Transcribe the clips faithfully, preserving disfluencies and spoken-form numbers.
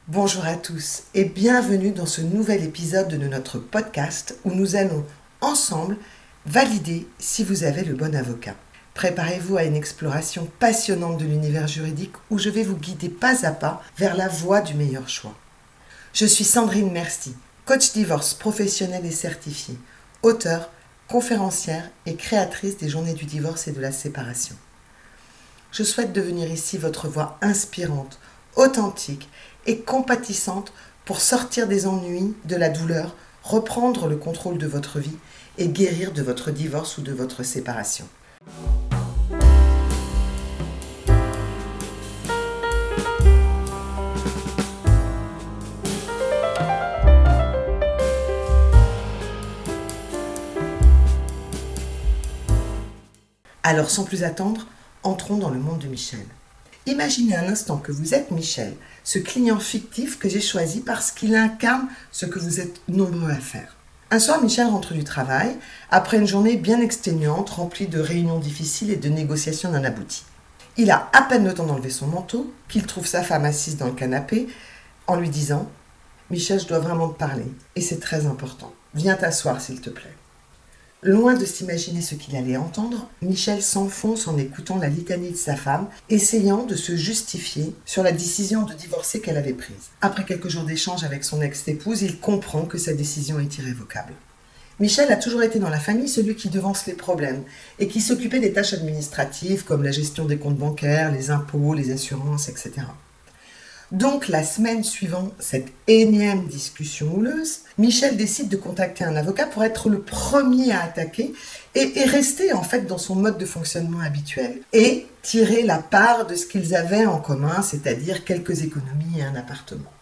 Bonjour à tous et bienvenue dans ce nouvel épisode de notre podcast où nous allons ensemble valider si vous avez le bon avocat. Préparez-vous à une exploration passionnante de l'univers juridique où je vais vous guider pas à pas vers la voie du meilleur choix. Je suis Sandrine Mercier, coach divorce professionnelle et certifiée, auteure, conférencière et créatrice des Journées du divorce et de la séparation. Je souhaite devenir ici votre voix inspirante, authentique et compatissante pour sortir des ennuis, de la douleur, reprendre le contrôle de votre vie et guérir de votre divorce ou de votre séparation. Alors sans plus attendre, entrons dans le monde de Michel. Imaginez un instant que vous êtes Michel, ce client fictif que j'ai choisi parce qu'il incarne ce que vous êtes nombreux à faire. Un soir, Michel rentre du travail, après une journée bien exténuante, remplie de réunions difficiles et de négociations non abouties. Il a à peine le temps d'enlever son manteau, qu'il trouve sa femme assise dans le canapé, en lui disant « Michel, je dois vraiment te parler, et c'est très important. Viens t'asseoir, s'il te plaît. » Loin de s'imaginer ce qu'il allait entendre, Michel s'enfonce en écoutant la litanie de sa femme, essayant de se justifier sur la décision de divorcer qu'elle avait prise. Après quelques jours d'échange avec son ex-épouse, il comprend que sa décision est irrévocable. Michel a toujours été dans la famille celui qui devance les problèmes et qui s'occupait des tâches administratives comme la gestion des comptes bancaires, les impôts, les assurances, et cetera. Donc, la semaine suivant cette énième discussion houleuse, Michel décide de contacter un avocat pour être le premier à attaquer et, et rester en fait dans son mode de fonctionnement habituel et tirer la part de ce qu'ils avaient en commun, c'est-à-dire quelques économies et un appartement.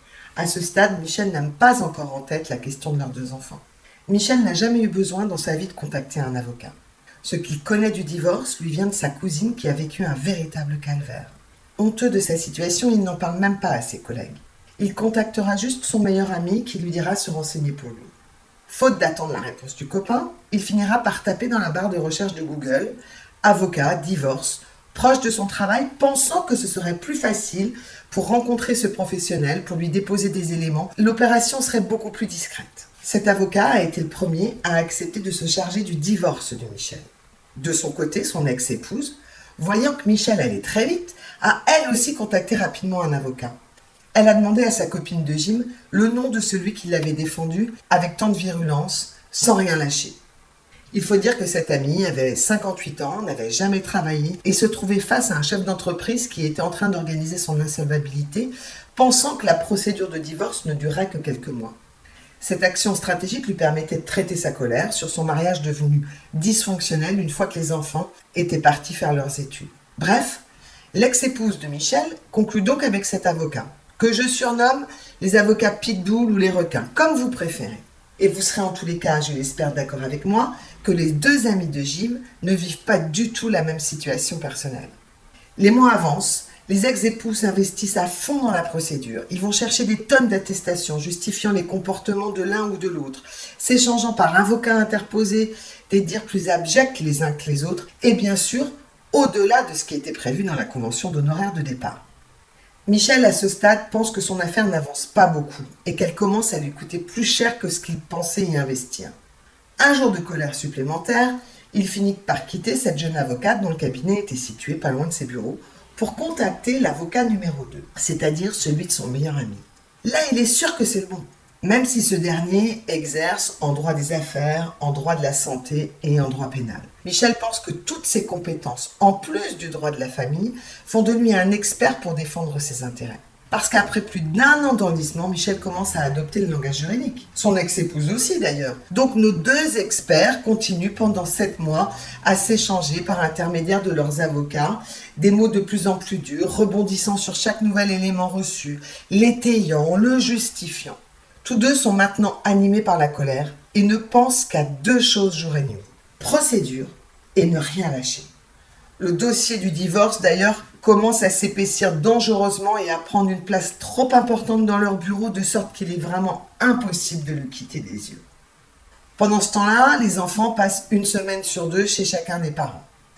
À ce stade, Michel n'a pas encore en tête la question de leurs deux enfants. Michel n'a jamais eu besoin dans sa vie de contacter un avocat. Ce qu'il connaît du divorce lui vient de sa cousine qui a vécu un véritable calvaire. Honteux de sa situation, il n'en parle même pas à ses collègues. Il contactera juste son meilleur ami qui lui dira se renseigner pour lui. Faute d'attendre la réponse du copain, il finira par taper dans la barre de recherche de Google « avocat, divorce », proche de son travail, pensant que ce serait plus facile pour rencontrer ce professionnel, pour lui déposer des éléments. L'opération serait beaucoup plus discrète. Cet avocat a été le premier à accepter de se charger du divorce de Michel. De son côté, son ex-épouse, voyant que Michel allait très vite, a elle aussi contacté rapidement un avocat. Elle a demandé à sa copine de gym le nom de celui qui l'avait défendu avec tant de virulence, sans rien lâcher. Il faut dire que cette amie avait cinquante-huit ans, n'avait jamais travaillé et se trouvait face à un chef d'entreprise qui était en train d'organiser son insolvabilité, pensant que la procédure de divorce ne durerait que quelques mois. Cette action stratégique lui permettait de traiter sa colère sur son mariage devenu dysfonctionnel une fois que les enfants étaient partis faire leurs études. Bref, l'ex-épouse de Michel conclut donc avec cet avocat, que je surnomme les avocats pitbull ou les requins, comme vous préférez. Et vous serez en tous les cas, je l'espère, d'accord avec moi, que les deux amis de Jim ne vivent pas du tout la même situation personnelle. Les mois avancent, les ex-époux s'investissent à fond dans la procédure. Ils vont chercher des tonnes d'attestations justifiant les comportements de l'un ou de l'autre, s'échangeant par avocat interposé des dires plus abjects les uns que les autres, et bien sûr, au-delà de ce qui était prévu dans la convention d'honoraires de départ. Michel, à ce stade, pense que son affaire n'avance pas beaucoup et qu'elle commence à lui coûter plus cher que ce qu'il pensait y investir. Un jour de colère supplémentaire, il finit par quitter cette jeune avocate dont le cabinet était situé pas loin de ses bureaux pour contacter l'avocat numéro deux, c'est-à-dire celui de son meilleur ami. Là, il est sûr que c'est le bon, même si ce dernier exerce en droit des affaires, en droit de la santé et en droit pénal. Michel pense que toutes ses compétences, en plus du droit de la famille, font de lui un expert pour défendre ses intérêts. Parce qu'après plus d'un an d'enlisement, Michel commence à adopter le langage juridique. Son ex-épouse aussi d'ailleurs. Donc nos deux experts continuent pendant sept mois à s'échanger par l'intermédiaire de leurs avocats des mots de plus en plus durs, rebondissant sur chaque nouvel élément reçu, l'étayant, le justifiant. Tous deux sont maintenant animés par la colère et ne pensent qu'à deux choses jour et nuit. Procédure et ne rien lâcher. Le dossier du divorce, d'ailleurs, commence à s'épaissir dangereusement et à prendre une place trop importante dans leur bureau, de sorte qu'il est vraiment impossible de le quitter des yeux. Pendant ce temps-là, les enfants passent une semaine sur deux chez chacun des parents.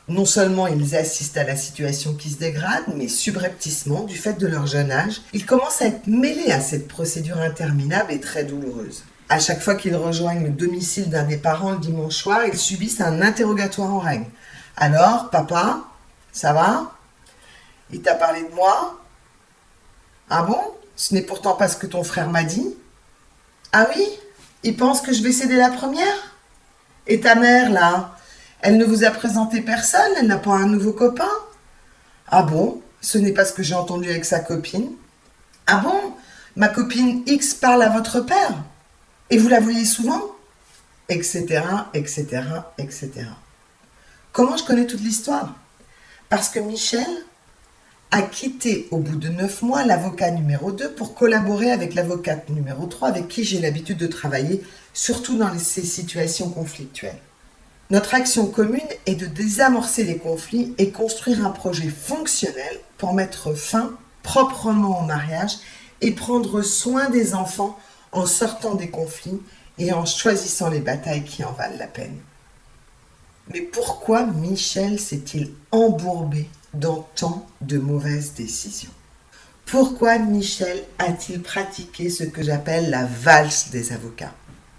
Non seulement ils assistent à la situation qui se dégrade, mais subrepticement, du fait de leur jeune âge, ils commencent à être mêlés à cette procédure interminable et très douloureuse. À chaque fois qu'ils rejoignent le domicile d'un des parents le dimanche soir, ils subissent un interrogatoire en règle. Alors, papa, ça va? Il t'a parlé de moi? Ah bon? Ce n'est pourtant pas ce que ton frère m'a dit. Ah oui? Il pense que je vais céder la première? Et ta mère, là? Elle ne vous a présenté personne? Elle n'a pas un nouveau copain? Ah bon? Ce n'est pas ce que j'ai entendu avec sa copine. Ah bon? Ma copine X parle à votre père? Et vous la voyez souvent? Etc, etc, et cetera. Comment je connais toute l'histoire? Parce que Michel a quitté au bout de neuf mois l'avocat numéro deux pour collaborer avec l'avocate numéro trois avec qui j'ai l'habitude de travailler, surtout dans ces situations conflictuelles. Notre action commune est de désamorcer les conflits et construire un projet fonctionnel pour mettre fin proprement au mariage et prendre soin des enfants en sortant des conflits et en choisissant les batailles qui en valent la peine. Mais pourquoi Michel s'est-il embourbé dans tant de mauvaises décisions? Pourquoi Michel a-t-il pratiqué ce que j'appelle la valse des avocats?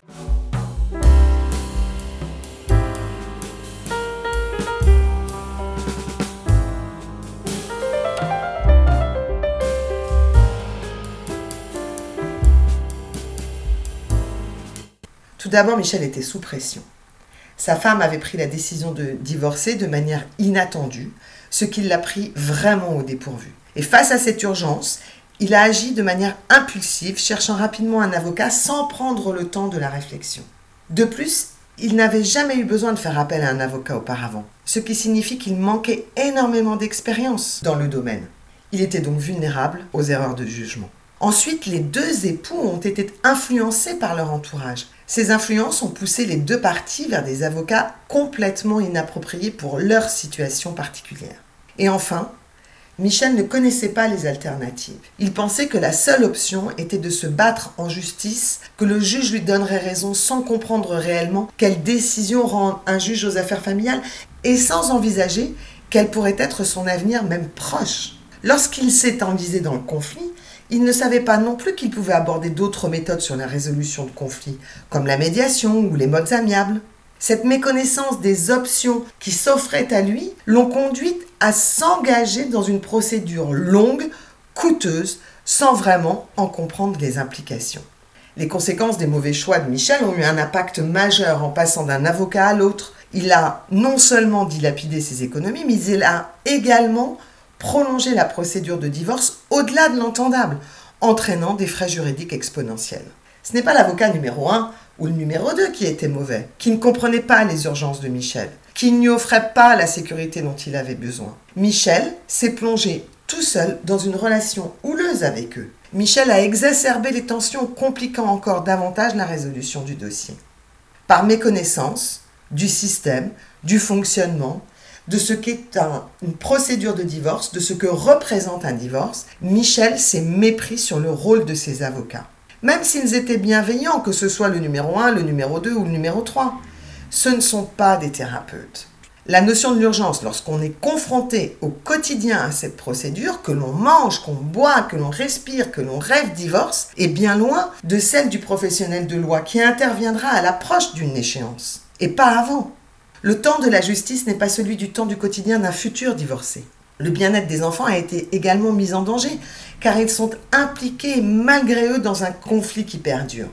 Tout d'abord, Michel était sous pression. Sa femme avait pris la décision de divorcer de manière inattendue, ce qui l'a pris vraiment au dépourvu. Et face à cette urgence, il a agi de manière impulsive, cherchant rapidement un avocat sans prendre le temps de la réflexion. De plus, il n'avait jamais eu besoin de faire appel à un avocat auparavant, ce qui signifie qu'il manquait énormément d'expérience dans le domaine. Il était donc vulnérable aux erreurs de jugement. Ensuite, les deux époux ont été influencés par leur entourage. Ces influences ont poussé les deux parties vers des avocats complètement inappropriés pour leur situation particulière. Et enfin, Michel ne connaissait pas les alternatives. Il pensait que la seule option était de se battre en justice, que le juge lui donnerait raison sans comprendre réellement quelle décision rend un juge aux affaires familiales et sans envisager quel pourrait être son avenir même proche. Lorsqu'il s'est enlisé dans le conflit, il ne savait pas non plus qu'il pouvait aborder d'autres méthodes sur la résolution de conflits, comme la médiation ou les modes amiables. Cette méconnaissance des options qui s'offraient à lui l'ont conduite à s'engager dans une procédure longue, coûteuse, sans vraiment en comprendre les implications. Les conséquences des mauvais choix de Michel ont eu un impact majeur en passant d'un avocat à l'autre. Il a non seulement dilapidé ses économies, mais il a également prolonger la procédure de divorce au-delà de l'entendable, entraînant des frais juridiques exponentiels. Ce n'est pas l'avocat numéro un ou le numéro deux qui était mauvais, qui ne comprenait pas les urgences de Michel, qui ne lui offrait pas la sécurité dont il avait besoin. Michel s'est plongé tout seul dans une relation houleuse avec eux. Michel a exacerbé les tensions, compliquant encore davantage la résolution du dossier. Par méconnaissance du système, du fonctionnement, de ce qu'est un, une procédure de divorce, de ce que représente un divorce, Michel s'est mépris sur le rôle de ses avocats. Même s'ils étaient bienveillants, que ce soit le numéro un, le numéro deux ou le numéro trois, ce ne sont pas des thérapeutes. La notion de l'urgence, lorsqu'on est confronté au quotidien à cette procédure, que l'on mange, qu'on boit, que l'on respire, que l'on rêve divorce, est bien loin de celle du professionnel de loi qui interviendra à l'approche d'une échéance, et pas avant. Le temps de la justice n'est pas celui du temps du quotidien d'un futur divorcé. Le bien-être des enfants a été également mis en danger, car ils sont impliqués malgré eux dans un conflit qui perdure.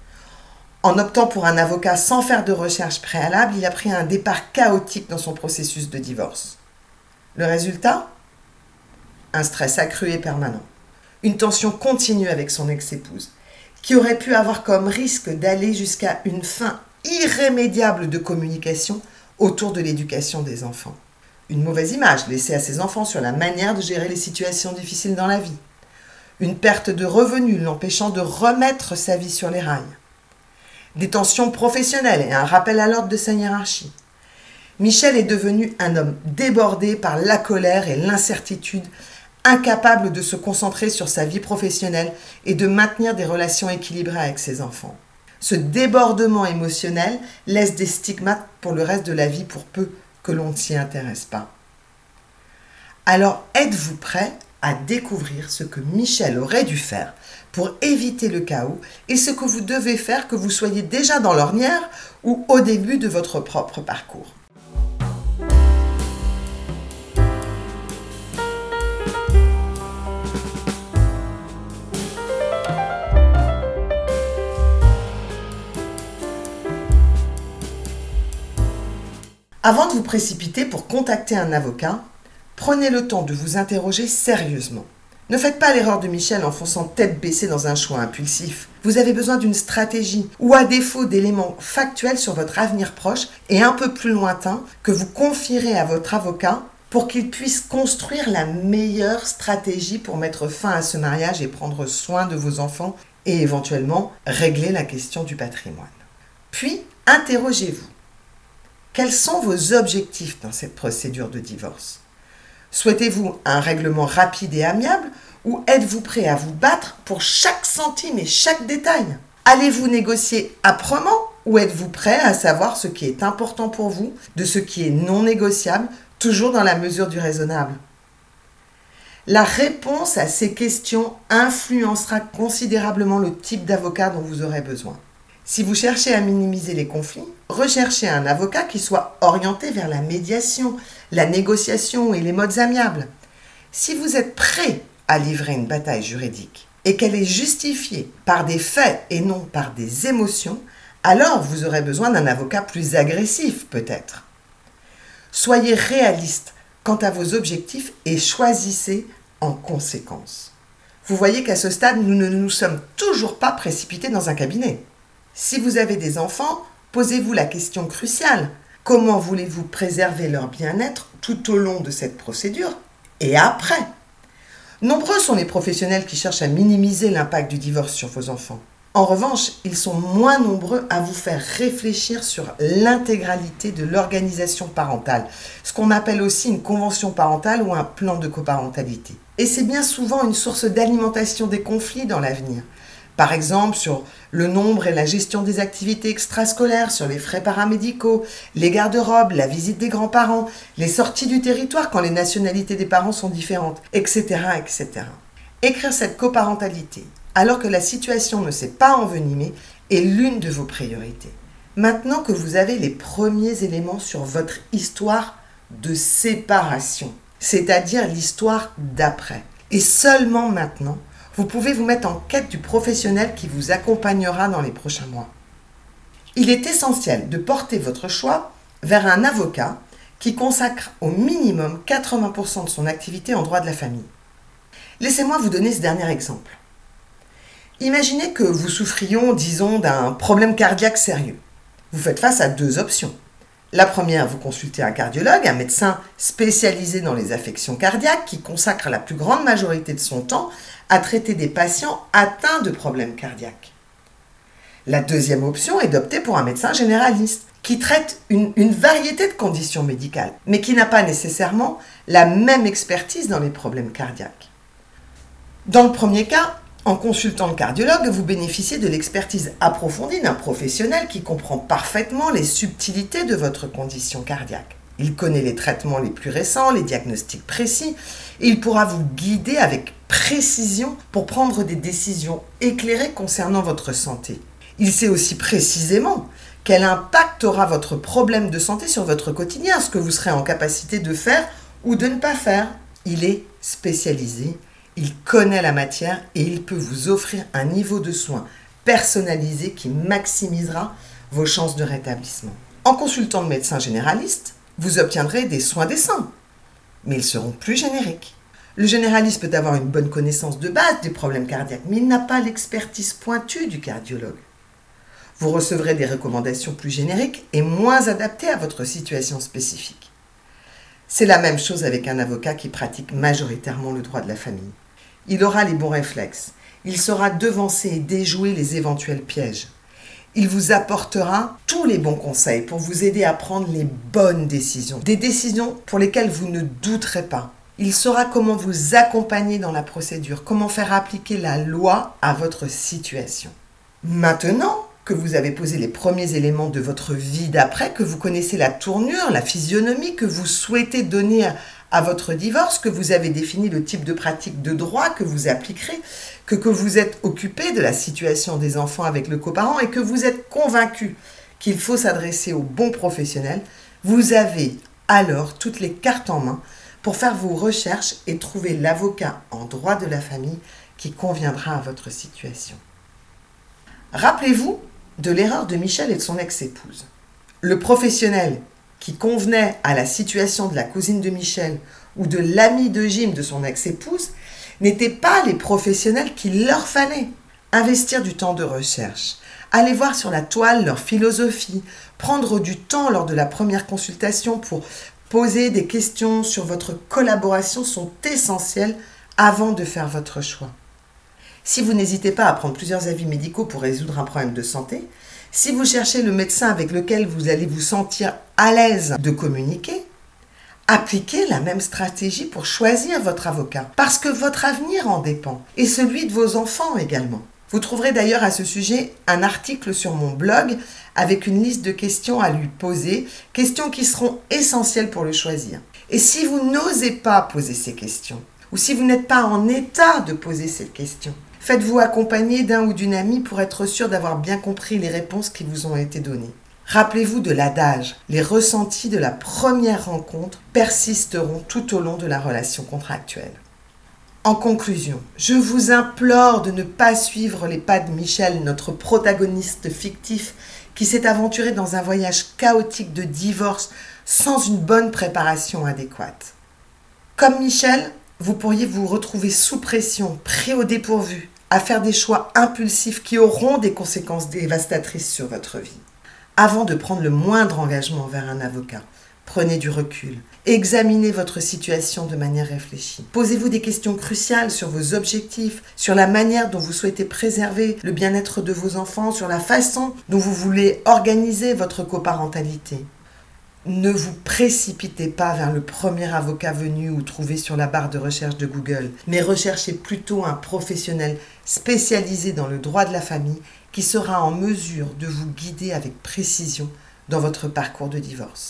En optant pour un avocat sans faire de recherche préalable, il a pris un départ chaotique dans son processus de divorce. Le résultat ? Un stress accru et permanent. Une tension continue avec son ex-épouse, qui aurait pu avoir comme risque d'aller jusqu'à une fin irrémédiable de communication autour de l'éducation des enfants. Une mauvaise image laissée à ses enfants sur la manière de gérer les situations difficiles dans la vie. Une perte de revenus l'empêchant de remettre sa vie sur les rails. Des tensions professionnelles et un rappel à l'ordre de sa hiérarchie. Michel est devenu un homme débordé par la colère et l'incertitude, incapable de se concentrer sur sa vie professionnelle et de maintenir des relations équilibrées avec ses enfants. Ce débordement émotionnel laisse des stigmates pour le reste de la vie pour peu que l'on ne s'y intéresse pas. Alors êtes-vous prêt à découvrir ce que Michel aurait dû faire pour éviter le chaos et ce que vous devez faire que vous soyez déjà dans l'ornière ou au début de votre propre parcours? Avant de vous précipiter pour contacter un avocat, prenez le temps de vous interroger sérieusement. Ne faites pas l'erreur de Michel en fonçant tête baissée dans un choix impulsif. Vous avez besoin d'une stratégie ou à défaut d'éléments factuels sur votre avenir proche et un peu plus lointain que vous confierez à votre avocat pour qu'il puisse construire la meilleure stratégie pour mettre fin à ce mariage et prendre soin de vos enfants et éventuellement régler la question du patrimoine. Puis, interrogez-vous. Quels sont vos objectifs dans cette procédure de divorce? Souhaitez-vous un règlement rapide et amiable ou êtes-vous prêt à vous battre pour chaque centime et chaque détail? Allez-vous négocier âprement ou êtes-vous prêt à savoir ce qui est important pour vous de ce qui est non négociable, toujours dans la mesure du raisonnable? La réponse à ces questions influencera considérablement le type d'avocat dont vous aurez besoin. Si vous cherchez à minimiser les conflits, recherchez un avocat qui soit orienté vers la médiation, la négociation et les modes amiables. Si vous êtes prêt à livrer une bataille juridique et qu'elle est justifiée par des faits et non par des émotions, alors vous aurez besoin d'un avocat plus agressif peut-être. Soyez réaliste quant à vos objectifs et choisissez en conséquence. Vous voyez qu'à ce stade, nous ne nous sommes toujours pas précipités dans un cabinet. Si vous avez des enfants, posez-vous la question cruciale. Comment voulez-vous préserver leur bien-être tout au long de cette procédure et après? Nombreux sont les professionnels qui cherchent à minimiser l'impact du divorce sur vos enfants. En revanche, ils sont moins nombreux à vous faire réfléchir sur l'intégralité de l'organisation parentale, ce qu'on appelle aussi une convention parentale ou un plan de coparentalité. Et c'est bien souvent une source d'alimentation des conflits dans l'avenir. Par exemple, sur le nombre et la gestion des activités extrascolaires, sur les frais paramédicaux, les garde-robes, la visite des grands-parents, les sorties du territoire quand les nationalités des parents sont différentes, et cetera, et cetera. Écrire cette coparentalité, alors que la situation ne s'est pas envenimée, est l'une de vos priorités. Maintenant que vous avez les premiers éléments sur votre histoire de séparation, c'est-à-dire l'histoire d'après, et seulement maintenant, vous pouvez vous mettre en quête du professionnel qui vous accompagnera dans les prochains mois. Il est essentiel de porter votre choix vers un avocat qui consacre au minimum quatre-vingts pour cent de son activité en droit de la famille. Laissez-moi vous donner ce dernier exemple. Imaginez que vous souffrions, disons, d'un problème cardiaque sérieux. Vous faites face à deux options. La première, vous consultez un cardiologue, un médecin spécialisé dans les affections cardiaques qui consacre la plus grande majorité de son temps à traiter des patients atteints de problèmes cardiaques. La deuxième option est d'opter pour un médecin généraliste qui traite une, une variété de conditions médicales, mais qui n'a pas nécessairement la même expertise dans les problèmes cardiaques. Dans le premier cas, en consultant le cardiologue, vous bénéficiez de l'expertise approfondie d'un professionnel qui comprend parfaitement les subtilités de votre condition cardiaque. Il connaît les traitements les plus récents, les diagnostics précis, et il pourra vous guider avec précision pour prendre des décisions éclairées concernant votre santé. Il sait aussi précisément quel impact aura votre problème de santé sur votre quotidien, ce que vous serez en capacité de faire ou de ne pas faire. Il est spécialisé. Il connaît la matière et il peut vous offrir un niveau de soins personnalisé qui maximisera vos chances de rétablissement. En consultant le médecin généraliste, vous obtiendrez des soins décents, mais ils seront plus génériques. Le généraliste peut avoir une bonne connaissance de base des problèmes cardiaques, mais il n'a pas l'expertise pointue du cardiologue. Vous recevrez des recommandations plus génériques et moins adaptées à votre situation spécifique. C'est la même chose avec un avocat qui pratique majoritairement le droit de la famille. Il aura les bons réflexes. Il saura devancer et déjouer les éventuels pièges. Il vous apportera tous les bons conseils pour vous aider à prendre les bonnes décisions. Des décisions pour lesquelles vous ne douterez pas. Il saura comment vous accompagner dans la procédure, comment faire appliquer la loi à votre situation. Maintenant que vous avez posé les premiers éléments de votre vie d'après, que vous connaissez la tournure, la physionomie que vous souhaitez donner à, à votre divorce, que vous avez défini le type de pratique de droit que vous appliquerez, que, que vous êtes occupé de la situation des enfants avec le coparent et que vous êtes convaincu qu'il faut s'adresser aux bons professionnels, vous avez alors toutes les cartes en main pour faire vos recherches et trouver l'avocat en droit de la famille qui conviendra à votre situation. Rappelez-vous de l'erreur de Michel et de son ex-épouse. Le professionnel qui convenait à la situation de la cousine de Michel ou de l'ami de Jim de son ex-épouse n'étaient pas les professionnels qu'il leur fallait. Investir du temps de recherche, aller voir sur la toile leur philosophie, prendre du temps lors de la première consultation pour poser des questions sur votre collaboration sont essentiels avant de faire votre choix. Si vous n'hésitez pas à prendre plusieurs avis médicaux pour résoudre un problème de santé, si vous cherchez le médecin avec lequel vous allez vous sentir à l'aise de communiquer, appliquez la même stratégie pour choisir votre avocat, parce que votre avenir en dépend, et celui de vos enfants également. Vous trouverez d'ailleurs à ce sujet un article sur mon blog avec une liste de questions à lui poser, questions qui seront essentielles pour le choisir. Et si vous n'osez pas poser ces questions, ou si vous n'êtes pas en état de poser ces questions, faites-vous accompagner d'un ou d'une amie pour être sûr d'avoir bien compris les réponses qui vous ont été données. Rappelez-vous de l'adage, les ressentis de la première rencontre persisteront tout au long de la relation contractuelle. En conclusion, je vous implore de ne pas suivre les pas de Michel, notre protagoniste fictif, qui s'est aventuré dans un voyage chaotique de divorce sans une bonne préparation adéquate. Comme Michel, vous pourriez vous retrouver sous pression, pris au dépourvu, à faire des choix impulsifs qui auront des conséquences dévastatrices sur votre vie. Avant de prendre le moindre engagement vers un avocat, prenez du recul, examinez votre situation de manière réfléchie. Posez-vous des questions cruciales sur vos objectifs, sur la manière dont vous souhaitez préserver le bien-être de vos enfants, sur la façon dont vous voulez organiser votre coparentalité. Ne vous précipitez pas vers le premier avocat venu ou trouvé sur la barre de recherche de Google, mais recherchez plutôt un professionnel spécialisé dans le droit de la famille qui sera en mesure de vous guider avec précision dans votre parcours de divorce.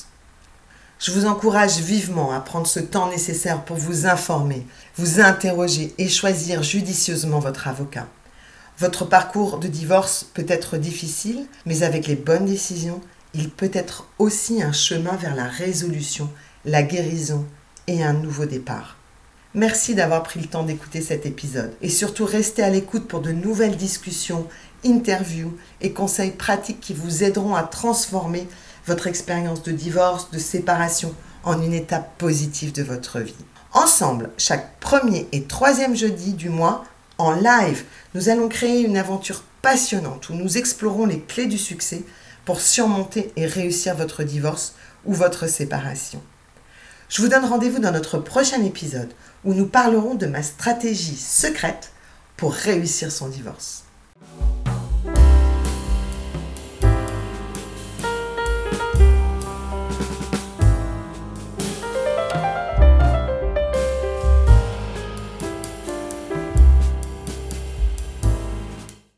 Je vous encourage vivement à prendre ce temps nécessaire pour vous informer, vous interroger et choisir judicieusement votre avocat. Votre parcours de divorce peut être difficile, mais avec les bonnes décisions, il peut être aussi un chemin vers la résolution, la guérison et un nouveau départ. Merci d'avoir pris le temps d'écouter cet épisode et surtout restez à l'écoute pour de nouvelles discussions, interviews et conseils pratiques qui vous aideront à transformer votre expérience de divorce, de séparation en une étape positive de votre vie. Ensemble, chaque premier et troisième jeudi du mois, en live, nous allons créer une aventure passionnante où nous explorons les clés du succès pour surmonter et réussir votre divorce ou votre séparation. Je vous donne rendez-vous dans notre prochain épisode où nous parlerons de ma stratégie secrète pour réussir son divorce.